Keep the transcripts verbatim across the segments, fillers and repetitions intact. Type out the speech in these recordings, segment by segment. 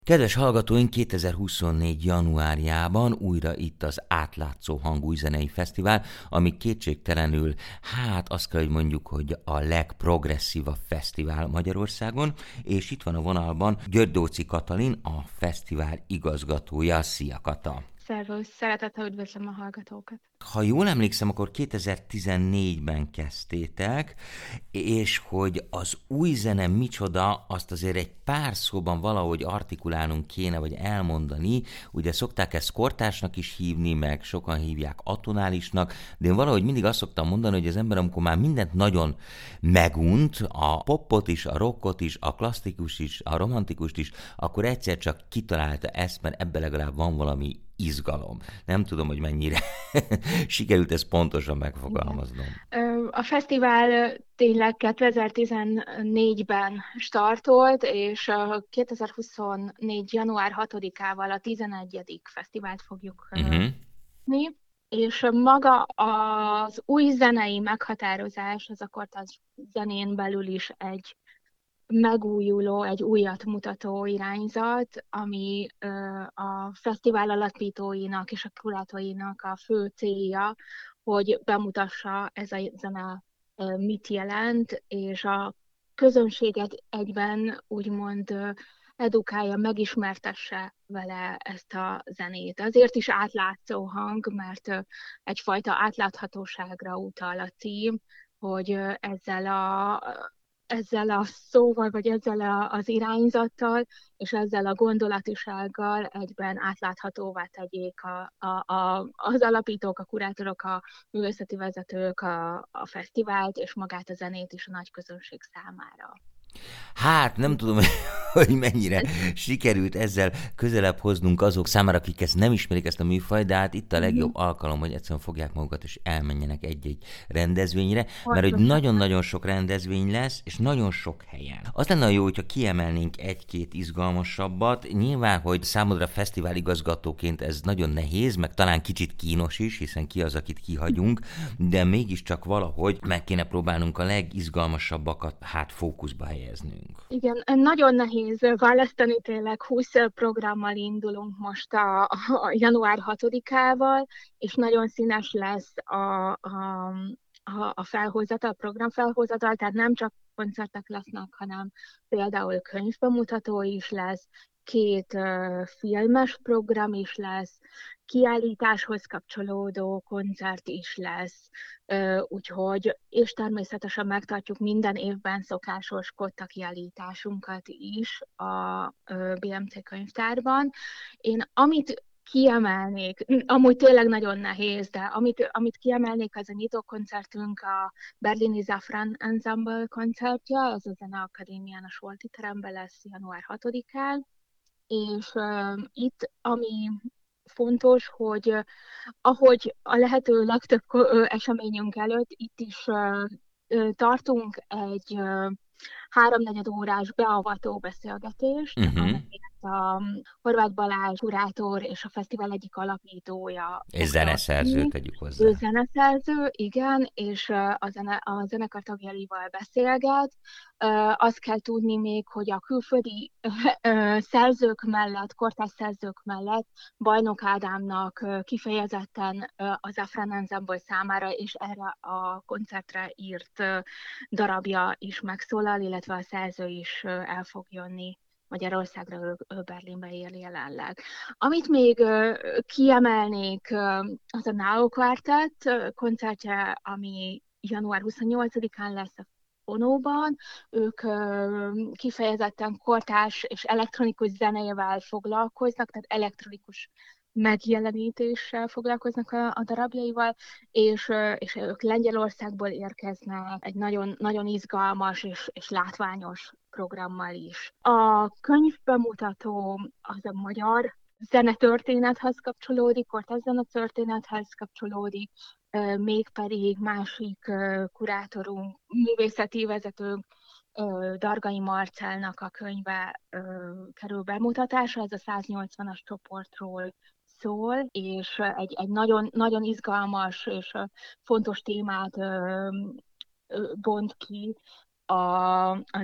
Kedves hallgatóink, kétezer-huszonnégy. januárjában újra itt az Átlátszó Hang új zenei fesztivál, ami kétségtelenül, hát azt kell, hogy mondjuk, hogy a legprogresszívabb fesztivál Magyarországon, és itt van a vonalban Györgyóczy Katalin, a fesztivál igazgatója. Szia, Kata! Szervusz, szeretettel üdvözlöm a hallgatókat. Ha jól emlékszem, akkor kétezer-tizennégyben kezdtétek, és hogy az új zene micsoda, azt azért egy pár szóban valahogy artikulálnunk kéne, vagy elmondani. Ugye szokták ezt kortársnak is hívni, meg sokan hívják atonálisnak, de én valahogy mindig azt szoktam mondani, hogy az ember, amikor már mindent nagyon megunt, a popot is, a rockot is, a klasszikus is, a romantikust is, akkor egyszer csak kitalálta ezt, mert ebbe legalább van valami izgalom. Nem tudom, hogy mennyire sikerült ezt pontosan megfogalmaznom. A fesztivál tényleg kétezer-tizennégyben startolt, és kétezer-huszonnégy. január hatodikával a tizenegyedik fesztivált fogjuk uh-huh. nyitni, és maga az új zenei meghatározás, az akkor az zenén belül is egy megújuló, egy újat mutató irányzat, ami a fesztivál alapítóinak és a kurátorinak a fő célja, hogy bemutassa ez a zene mit jelent, és a közönséget egyben úgymond edukálja, megismertesse vele ezt a zenét. Azért is átlátszó hang, mert egyfajta átláthatóságra utal a cím, hogy ezzel a ezzel a szóval, vagy ezzel a, az irányzattal, és ezzel a gondolatisággal egyben átláthatóvá tegyék a, a, a, az alapítók, a kurátorok, a művészeti vezetők a, a fesztivált, és magát a zenét is a nagy közönség számára. Hát nem tudom, hogy mennyire sikerült ezzel közelebb hoznunk azok számára, akik ezt nem ismerik, ezt a műfajt, de hát itt a legjobb alkalom, hogy egyszerűen fogják magukat és elmenjenek egy-egy rendezvényre, mert hogy nagyon-nagyon sok rendezvény lesz, és nagyon sok helyen. Az lenne jó, hogyha kiemelnénk egy-két izgalmasabbat. Nyilván, hogy számodra fesztivál igazgatóként ez nagyon nehéz, meg talán kicsit kínos is, hiszen ki az, akit kihagyunk, de mégiscsak valahogy meg kéne próbálnunk a legizgalmasabbakat hát fókuszba helyezni. Igen, nagyon nehéz választani, tényleg húsz programmal indulunk most a, a január hatodikával, és nagyon színes lesz a, a, a felhozata, a program felhozata, tehát nem csak koncertek lesznek, hanem például könyvbemutató is lesz, két uh, filmes program is lesz, kiállításhoz kapcsolódó koncert is lesz, uh, úgyhogy, és természetesen megtartjuk minden évben szokásos kotta kiállításunkat is a uh, bé em cé könyvtárban. Én amit kiemelnék, amúgy tényleg nagyon nehéz, de amit, amit kiemelnék, az a nyitókoncertünk, a Berlini Safran Ensemble koncertje, az a Zeneakadémián a Solti teremben lesz január hatodikán, és uh, itt, ami fontos, hogy uh, ahogy a lehető legtöbb uh, eseményünk előtt, itt is uh, uh, tartunk egy uh, háromnegyed órás beavató beszélgetést, uh-huh. amelyet a Horváth Balázs kurátor és a fesztivál egyik alapítója. És zeneszerző, tegyük hozzá. Ő zeneszerző, igen, és a, zene, a zenekar tagjaival beszélget. Azt kell tudni még, hogy a külföldi szerzők mellett, kortárs szerzők mellett Bajnok Ádámnak kifejezetten az Safran Ensemble számára és erre a koncertre írt darabja is megszólal, illetve a szerző is el fog jönni Magyarországra, ő, ő Berlinbe él jelenleg. Amit még kiemelnék, az a Nao Quartet koncertje, ami január huszonnyolcadikán lesz a Fonóban. Ők kifejezetten kortárs és elektronikus zenével foglalkoznak, tehát elektronikus megjelenítéssel foglalkoznak a, a darabjaival, és, és ők Lengyelországból érkeznek egy nagyon, nagyon izgalmas és, és látványos programmal is. A könyvbemutató az a magyar zenetörténethez kapcsolódik, kortárs zenetörténethez kapcsolódik, mégpedig másik kurátorunk, művészeti vezetőnk, Dargai Marcellnak a könyve kerül bemutatásra, ez a száznyolcvanas csoportról szól, és egy, egy nagyon, nagyon izgalmas és fontos témát bont ki a, az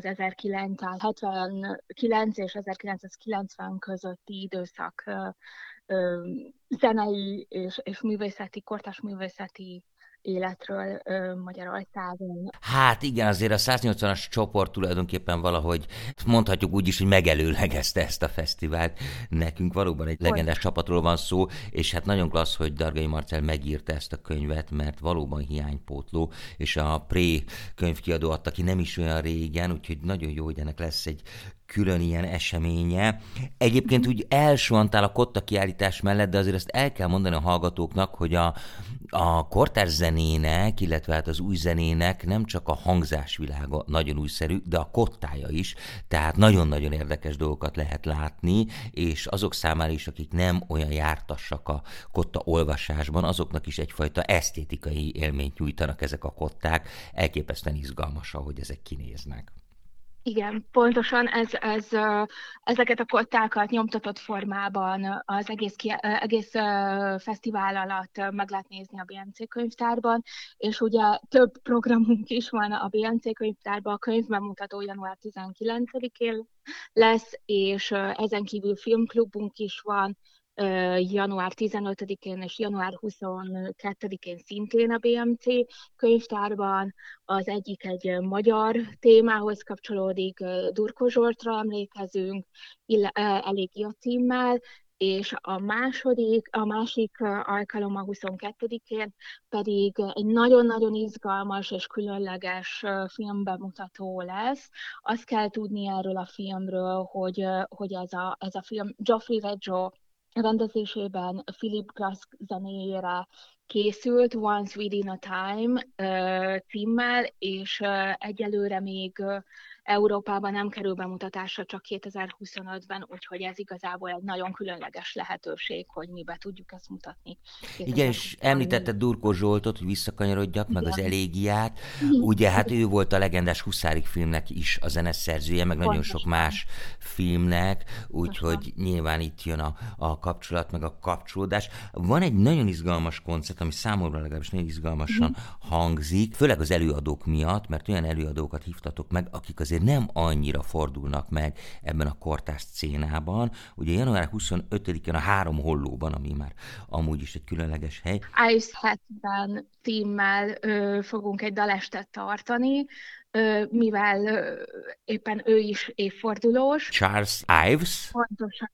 ezerkilencszázhetvenkilenc és ezerkilencszázkilencven közötti időszak ö, ö, zenei és, és művészeti, kortárs művészeti életről ö, Magyarországon. Hát igen, azért a száznyolcvanas csoport tulajdonképpen valahogy mondhatjuk úgy is, hogy megelőlegezte ezt a fesztivált. Nekünk valóban egy legendás csapatról van szó, és hát nagyon klassz, hogy Dargai Marcell megírta ezt a könyvet, mert valóban hiánypótló, és a Pré könyvkiadó adta ki nem is olyan régen, úgyhogy nagyon jó, hogy ennek lesz egy külön ilyen eseménye. Egyébként úgy elsuvantál a Kotta kiállítás mellett, de azért ezt el kell mondani a hallgatóknak, hogy a, a kortárs zenének, illetve hát az új zenének nem csak a hangzásvilága nagyon újszerű, de a kottája is, tehát nagyon-nagyon érdekes dolgokat lehet látni, és azok számára is, akik nem olyan jártassak a kotta olvasásban, azoknak is egyfajta esztétikai élményt nyújtanak ezek a kották, elképesztően izgalmas, ahogy ezek kinéznek. Igen, pontosan ez, ez, ezeket a kottákat nyomtatott formában az egész, egész fesztivál alatt meg lehet nézni a bé em cé könyvtárban, és ugye több programunk is van a bé em cé könyvtárban, a könyvbemutató január tizenkilencedikén lesz, és ezen kívül filmklubunk is van, január tizenötödikén és január huszonkettedikén szintén a bé em cé könyvtárban. Az egyik egy magyar témához kapcsolódik, Durko Zsoltra emlékezünk, Elégia címmel, és a második, a másik alkalom a huszonkettedikén pedig egy nagyon-nagyon izgalmas és különleges filmbemutató lesz. Azt kell tudni erről a filmről, hogy, hogy ez, a, ez a film Geoffrey Reggio rendezésében Philip Glass zenéjére készült, Once Within a Time címmel, és egyelőre még Európában nem kerül bemutatásra, csak kétezer-huszonötben, úgyhogy ez igazából egy nagyon különleges lehetőség, hogy mi be tudjuk ezt mutatni. Igen, és említetted Durko Zsoltot, hogy visszakanyarodjak, meg az Elégiát. Ugye hát ő volt a legendás Huszárik filmnek is a zeneszerzője, meg nagyon sok más filmnek, úgyhogy nyilván itt jön a, a kapcsolat, meg a kapcsolódás. Van egy nagyon izgalmas koncept, ami számomra legalábbis nagyon izgalmasan hangzik, főleg az előadók miatt, mert olyan előadókat hívtatok meg, akik azért nem annyira fordulnak meg ebben a kortárs szcénában. Ugye január huszonötödikén a Három Hollóban, ami már amúgy is egy különleges hely. Ice Hatban címmel ö, fogunk egy dalestet tartani, ö, mivel ö, éppen ő is évfordulós. Charles Ives. Pontosan.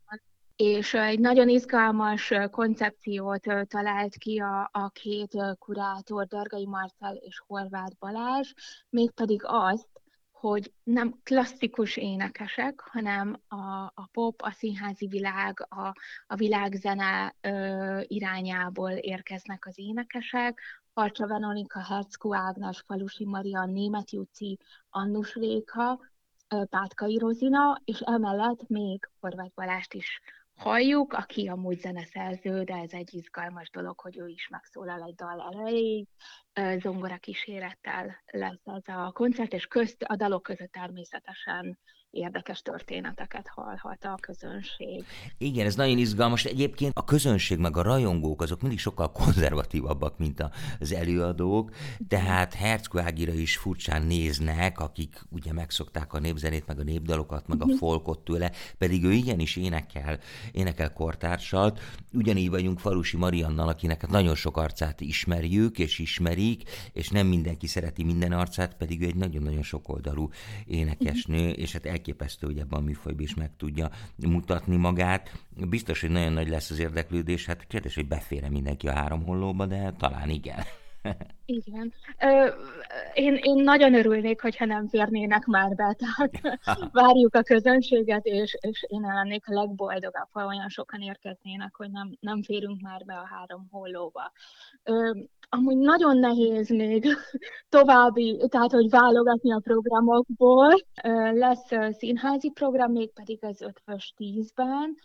És egy nagyon izgalmas koncepciót talált ki a, a két kurátor, Dargai Marcell és Horváth Balázs, mégpedig azt, hogy nem klasszikus énekesek, hanem a, a pop, a színházi világ, a, a világzene ö, irányából érkeznek az énekesek. Harcsa Veronika, Herckó Ágnes, Falusi Marian, Németh Juci, Annus Réka, Pátkai Rozina, és emellett még Horváth Balást is halljuk, aki amúgy zeneszerző, de ez egy izgalmas dolog, hogy ő is megszólal egy dal elejéig. Zongora kísérettel lesz ez a koncert, és közt, a dalok között természetesen érdekes történeteket hallhat a közönség. Igen, ez nagyon izgalmas. Egyébként a közönség meg a rajongók azok mindig sokkal konzervatívabbak, mint az előadók, tehát Herckó Ágira is furcsán néznek, akik ugye megszokták a népzenét, meg a népdalokat, meg a folkot tőle, pedig ő igenis énekel, énekel kortársat. Ugyanígy vagyunk Falusi Mariannal, akinek nagyon sok arcát ismerjük, és ismerik, és nem mindenki szereti minden arcát, pedig ő egy nagyon-nagyon sokoldalú énekesnő, és hát elképesztő, hogy ebben a műfajban is meg tudja mutatni magát. Biztos, hogy nagyon nagy lesz az érdeklődés, hát kérdés, hogy befér mindenki a Három Hollóba, de talán igen. Igen. Ö, én, én nagyon örülnék, hogyha nem férnének már be, tehát várjuk a közönséget, és, és én lennék a legboldogabb, ha olyan sokan érkeznének, hogy nem, nem férünk már be a Három Hollóba. Ö, amúgy nagyon nehéz még további, tehát hogy válogatni a programokból. Ö, lesz színházi program, mégpedig az Ötvös tízben.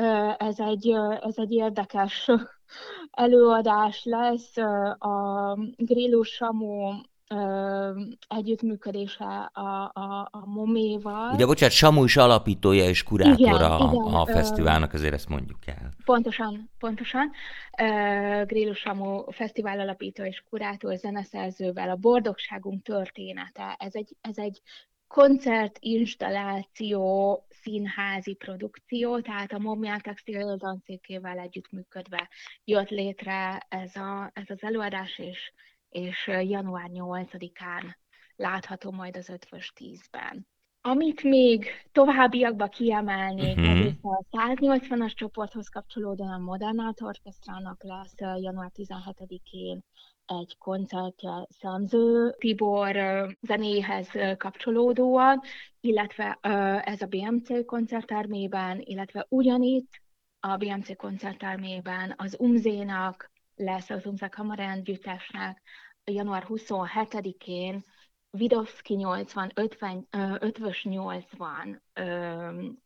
Ez egy, ez egy érdekes előadás lesz. A Grillus Samu ö, együttműködése a, a, a Moméval. Ugye, bocsánat, Samu is alapítója és Igen, kurátora igen, a, a ö, fesztiválnak, azért ezt mondjuk el. pontosan, pontosan. Grélu Samu fesztivál alapító és kurátor zeneszerzővel a Boldogságunk története. Ez egy, ez egy koncertinstalláció, színházi produkció, tehát a Momján Textil Dancékével együttműködve jött létre ez, a, ez az előadás, és, és január nyolcadikán látható majd az Ötvös tízben. Amit még továbbiakban kiemelnék, Uh-huh. egyrészt a száznyolcvanas csoporthoz kapcsolódóan a Modern Art Orchestránnak lesz január tizenhetedikén egy koncertje Szemző Tibor zenéhez kapcsolódóan, illetve ez a bé em cé koncerttermében, illetve ugyanitt a bé em cé koncerttermében az Umzénak lesz, az Umze Kamara Együttesnek január huszonhetedikén Vidovszki nyolcvan, ötven, ötvös nyolcvan ö,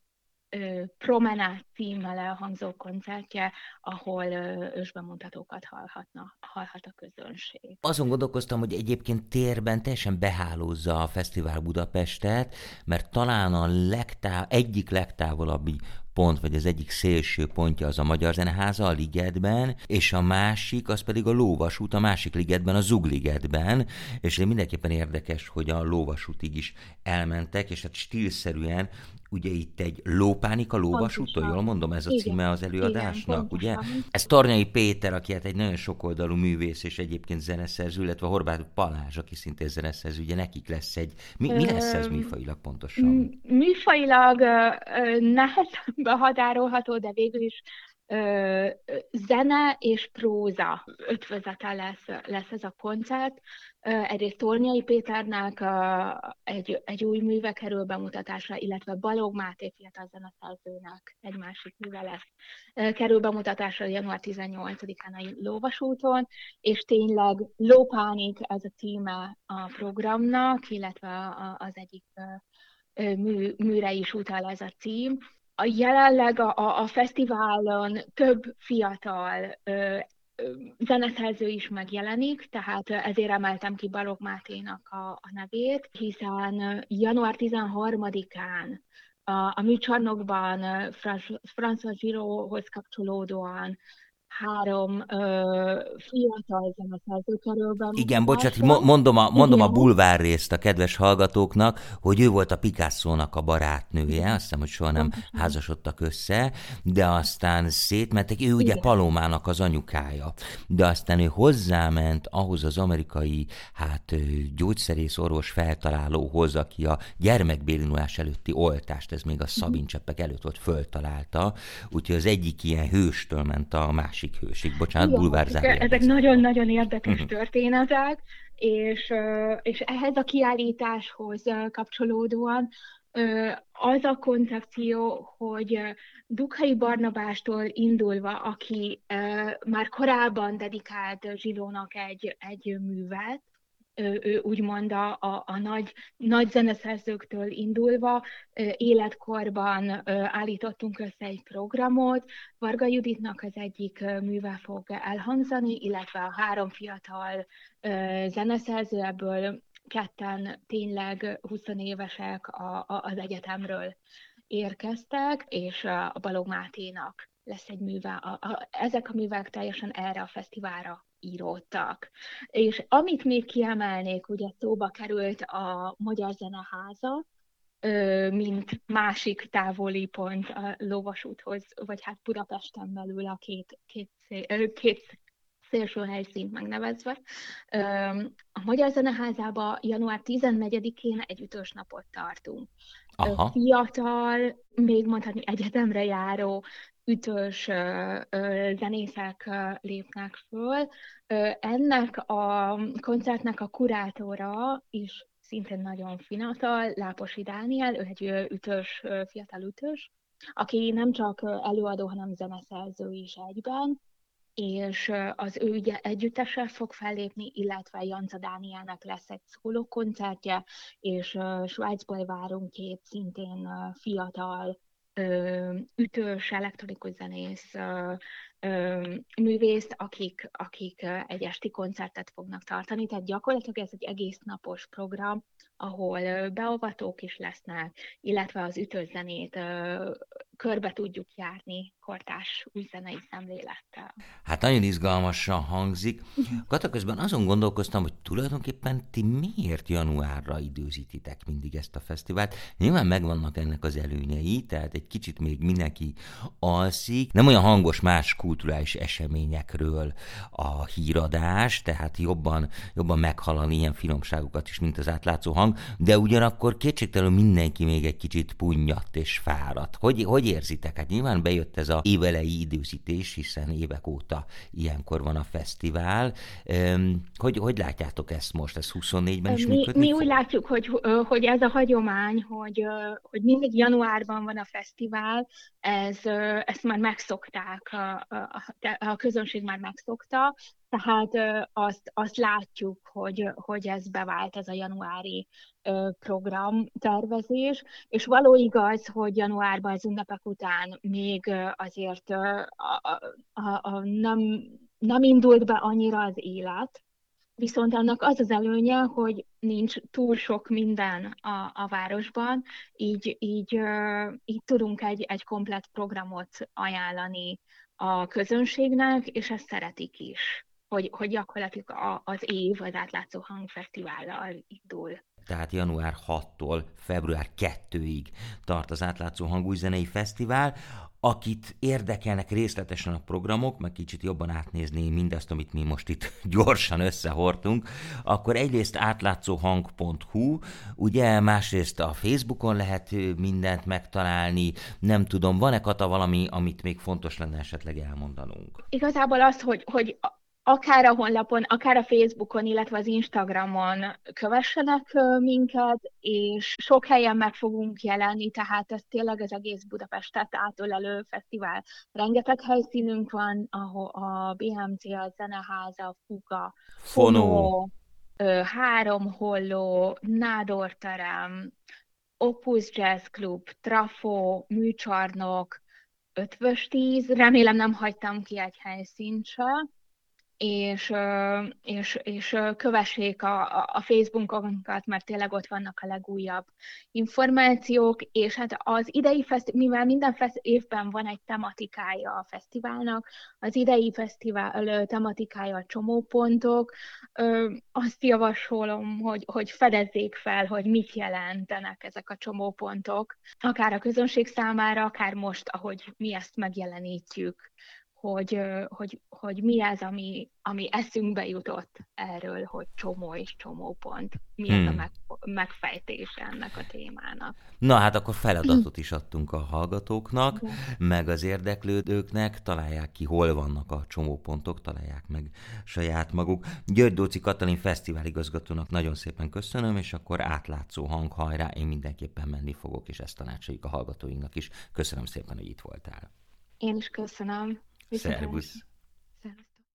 ö, Promenát címmel elhangzó koncertje, ahol ö, ősbemutatókat hallhatna, hallhat a közönség. Azon gondolkoztam, hogy egyébként térben teljesen behálózza a Fesztivál Budapestet, mert talán a legtáv, egyik legtávolabbi pont, vagy az egyik szélső pontja az a Magyar Zeneháza a Ligetben, és a másik, az pedig a Lóvasút a másik ligetben, a Zugligetben, és ez mindenképpen érdekes, hogy a Lóvasútig is elmentek, és hát stílszerűen ugye itt egy Lópánika Lóvasúton, jól mondom, ez a igen, címe az előadásnak, igen, ugye? Ez Tornyai Péter, aki hát egy nagyon sokoldalú művész, és egyébként zeneszerző, illetve Horváth Balázs, aki szintén zeneszerző, ugye nekik lesz egy... Mi, mi lesz ez műfajilag pontosan? Műfajilag nehezen behatárolható, de végül is ö, zene és próza ötvözete lesz, lesz ez a koncert. Egyrészt Tornyai Péternek egy, egy új műve kerül bemutatásra, illetve Balogh Máté fiatal zeneszerzőnek egy másik műve lesz kerül bemutatásra január tizennyolcadikán a Lóvasúton, és tényleg Lópánik ez a címe a programnak, illetve az egyik mű, műre is utal ez a cím. A jelenleg a, a, a fesztiválon több fiatal ö, ö, zeneszerző is megjelenik, tehát ezért emeltem ki Balogh Máténak a, a nevét, hiszen január tizenharmadikán a, a műcsarnokban François Giraudhoz kapcsolódóan három ö, fiatal zeneszerző kerül be. Igen, bocsánat, mondom a, mondom a bulvár részt a kedves hallgatóknak, hogy ő volt a Picasso-nak a barátnője, azt hiszem, hogy soha nem házasodtak össze, de aztán szétmentek, ő ugye Palomának az anyukája, de aztán ő hozzáment ahhoz az amerikai hát gyógyszerész orvos feltalálóhoz, aki a gyermekbénulás előtti oltást, ez még a szabincseppek előtt volt, föltalálta, úgyhogy az egyik ilyen hőstől ment a másik hősig. Bocsánat, igen, bulvárzárja. Ezek nagyon-nagyon érdekes uh-huh. történetek, és, és ehhez a kiállításhoz kapcsolódóan az a koncepció, hogy Dukhay Barnabástól indulva, aki már korábban dedikált Zsilónak egy, egy művet, ő úgymond a, a, a nagy, nagy zeneszerzőktől indulva életkorban állítottunk össze egy programot. Varga Juditnak az egyik műve fog elhangzani, illetve a három fiatal zeneszerző, ebből ketten tényleg huszonévesek a, a, az egyetemről érkeztek, és a Balogh Máténak lesz egy műve. A, a, ezek a művek teljesen erre a fesztiválra íródtak. És amit még kiemelnék, ugye szóba került a Magyar Zeneháza, mint másik távoli pont a Lóvasúthoz, vagy hát Budapesten belül a két, két, két szélső helyszínt megnevezve. A Magyar Zeneházába január tizennegyedikén egy ütős napot tartunk. Aha. Fiatal, még mondhatni egyetemre járó, ütős ö, ö, zenészek ö, lépnek föl. Ö, ennek a koncertnek a kurátora is szintén nagyon fiatal, Láposi Dániel, ő egy ütős, fiatal ütős, aki nem csak előadó, hanem zeneszerző is egyben, és az ő együttessel fog fellépni, illetve Janca Dánielnek lesz egy szóló koncertje, és Svájcból várunk két szintén fiatal ütős, elektronikus zenész művész, akik, akik egy esti koncertet fognak tartani, tehát gyakorlatilag ez egy egész napos program, ahol beavatók is lesznek, illetve az ütőzenét körbe tudjuk járni kortárs újzenei szemlélettel. Hát nagyon izgalmasan hangzik. Kata, közben azon gondolkoztam, hogy tulajdonképpen ti miért januárra időzítitek mindig ezt a fesztivált? Nyilván megvannak ennek az előnyei, tehát egy kicsit még mindenki alszik. Nem olyan hangos más kulturális eseményekről a híradás, tehát jobban, jobban meghallani ilyen finomságokat is, mint az átlátszó hang, de ugyanakkor kétségtelenül mindenki még egy kicsit punnyadt és fáradt. Hogy, hogy érzitek? Hát nyilván bejött ez a évelei időzítés, hiszen évek óta ilyenkor van a fesztivál. Hogy, hogy látjátok ezt most? Ez huszonnégyben is mi, működni mi fog? úgy látjuk, hogy, hogy ez a hagyomány, hogy, hogy mindig januárban van a fesztivál, ez, ezt már megszokták, a, a, a közönség már megszokta, tehát azt, azt látjuk, hogy, hogy ez bevált, ez a januári programtervezés, és való igaz, hogy januárban az ünnepek után még azért a, a, a, a nem, nem indult be annyira az élet, viszont annak az az előnye, hogy nincs túl sok minden a, a városban, így, így, így tudunk egy, egy komplett programot ajánlani a közönségnek, és ezt szeretik is, hogy, hogy gyakorlatilag a, az év az Átlátszó Hangfesztivállal indul. Tehát január hatodikától február másodikáig tart az Átlátszó Hang újzenei fesztivál. Akit érdekelnek részletesen a programok, meg kicsit jobban átnézni mindazt, amit mi most itt gyorsan összehordtunk, akkor egyrészt átlátszóhang pont hu, ugye, másrészt a Facebookon lehet mindent megtalálni, nem tudom, van-e, Kata, valami, amit még fontos lenne esetleg elmondanunk? Igazából az, hogy, hogy akár a honlapon, akár a Facebookon, illetve az Instagramon kövessenek minket, és sok helyen meg fogunk jelenni, tehát ez tényleg az egész Budapestet átölelő fesztivál. Rengeteg helyszínünk van, ahol a bé em cé, a Zeneháza, a Fuga, Fonó, Három Holló, Nádorterem, Opus Jazz Club, Trafó, Műcsarnok, Ötvös tíz, remélem nem hagytam ki egy helyszínt se, és, és, és kövessék a, a Facebookonkat, mert tényleg ott vannak a legújabb információk, és hát az idei fesztivál, mivel minden fesz, évben van egy tematikája a fesztiválnak, az idei fesztivál tematikája a csomópontok, azt javasolom, hogy, hogy fedezzék fel, hogy mit jelentenek ezek a csomópontok, akár a közönség számára, akár most, ahogy mi ezt megjelenítjük, hogy, hogy, hogy mi az, ami, ami eszünkbe jutott erről, hogy csomó és csomópont. Mi hmm. ez a meg, megfejtése ennek a témának. Na hát akkor feladatot is adtunk a hallgatóknak, de. meg az érdeklődőknek, találják ki, hol vannak a csomópontok, találják meg saját maguk. György Dóczy Katalin fesztiváligazgatónak nagyon szépen köszönöm, és akkor Átlátszó Hang, hajrá, én mindenképpen menni fogok, és ezt tanácsoljuk a hallgatóinknak is. Köszönöm szépen, hogy itt voltál. Én is köszönöm. Szervusz!